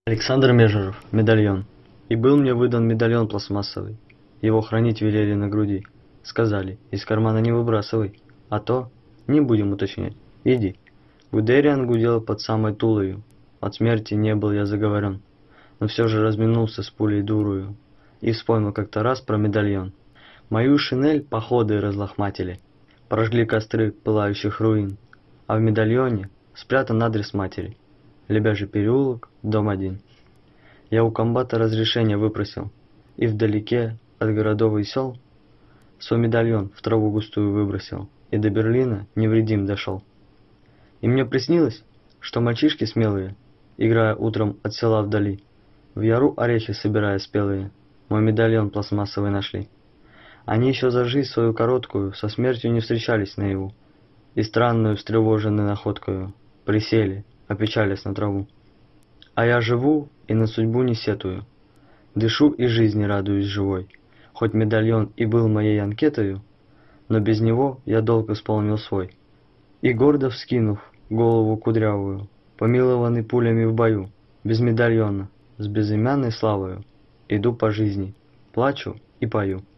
Александр Межеров. Медальон. И был мне выдан медальон пластмассовый. Его хранить велели на груди. Сказали, из кармана не выбрасывай. А то, не будем уточнять. Иди. Гудериан гудел под самой Тулою. От смерти не был я заговорен. Но все же разминулся с пулей дурою. И вспомнил как-то раз про медальон. Мою шинель походы разлохматили. Прожгли костры пылающих руин. А в медальоне спрятан адрес матери. Лебяжий переулок, дом 1. Я у комбата разрешение выпросил, и вдалеке от городов и сел свой медальон в траву густую выбросил, и до Берлина невредим дошел. И мне приснилось, что мальчишки смелые, играя утром от села вдали, в яру орехи собирая спелые, мой медальон пластмассовый нашли. Они еще за жизнь свою короткую со смертью не встречались наяву, и странную встревоженной находкою присели, опечались на траву. А я живу и на судьбу не сетую, дышу и жизни радуюсь живой. Хоть медальон и был моей анкетою, но без него я долг исполнил свой. И гордо вскинув голову кудрявую, помилованный пулями в бою, без медальона, с безымянной славою, иду по жизни, плачу и пою.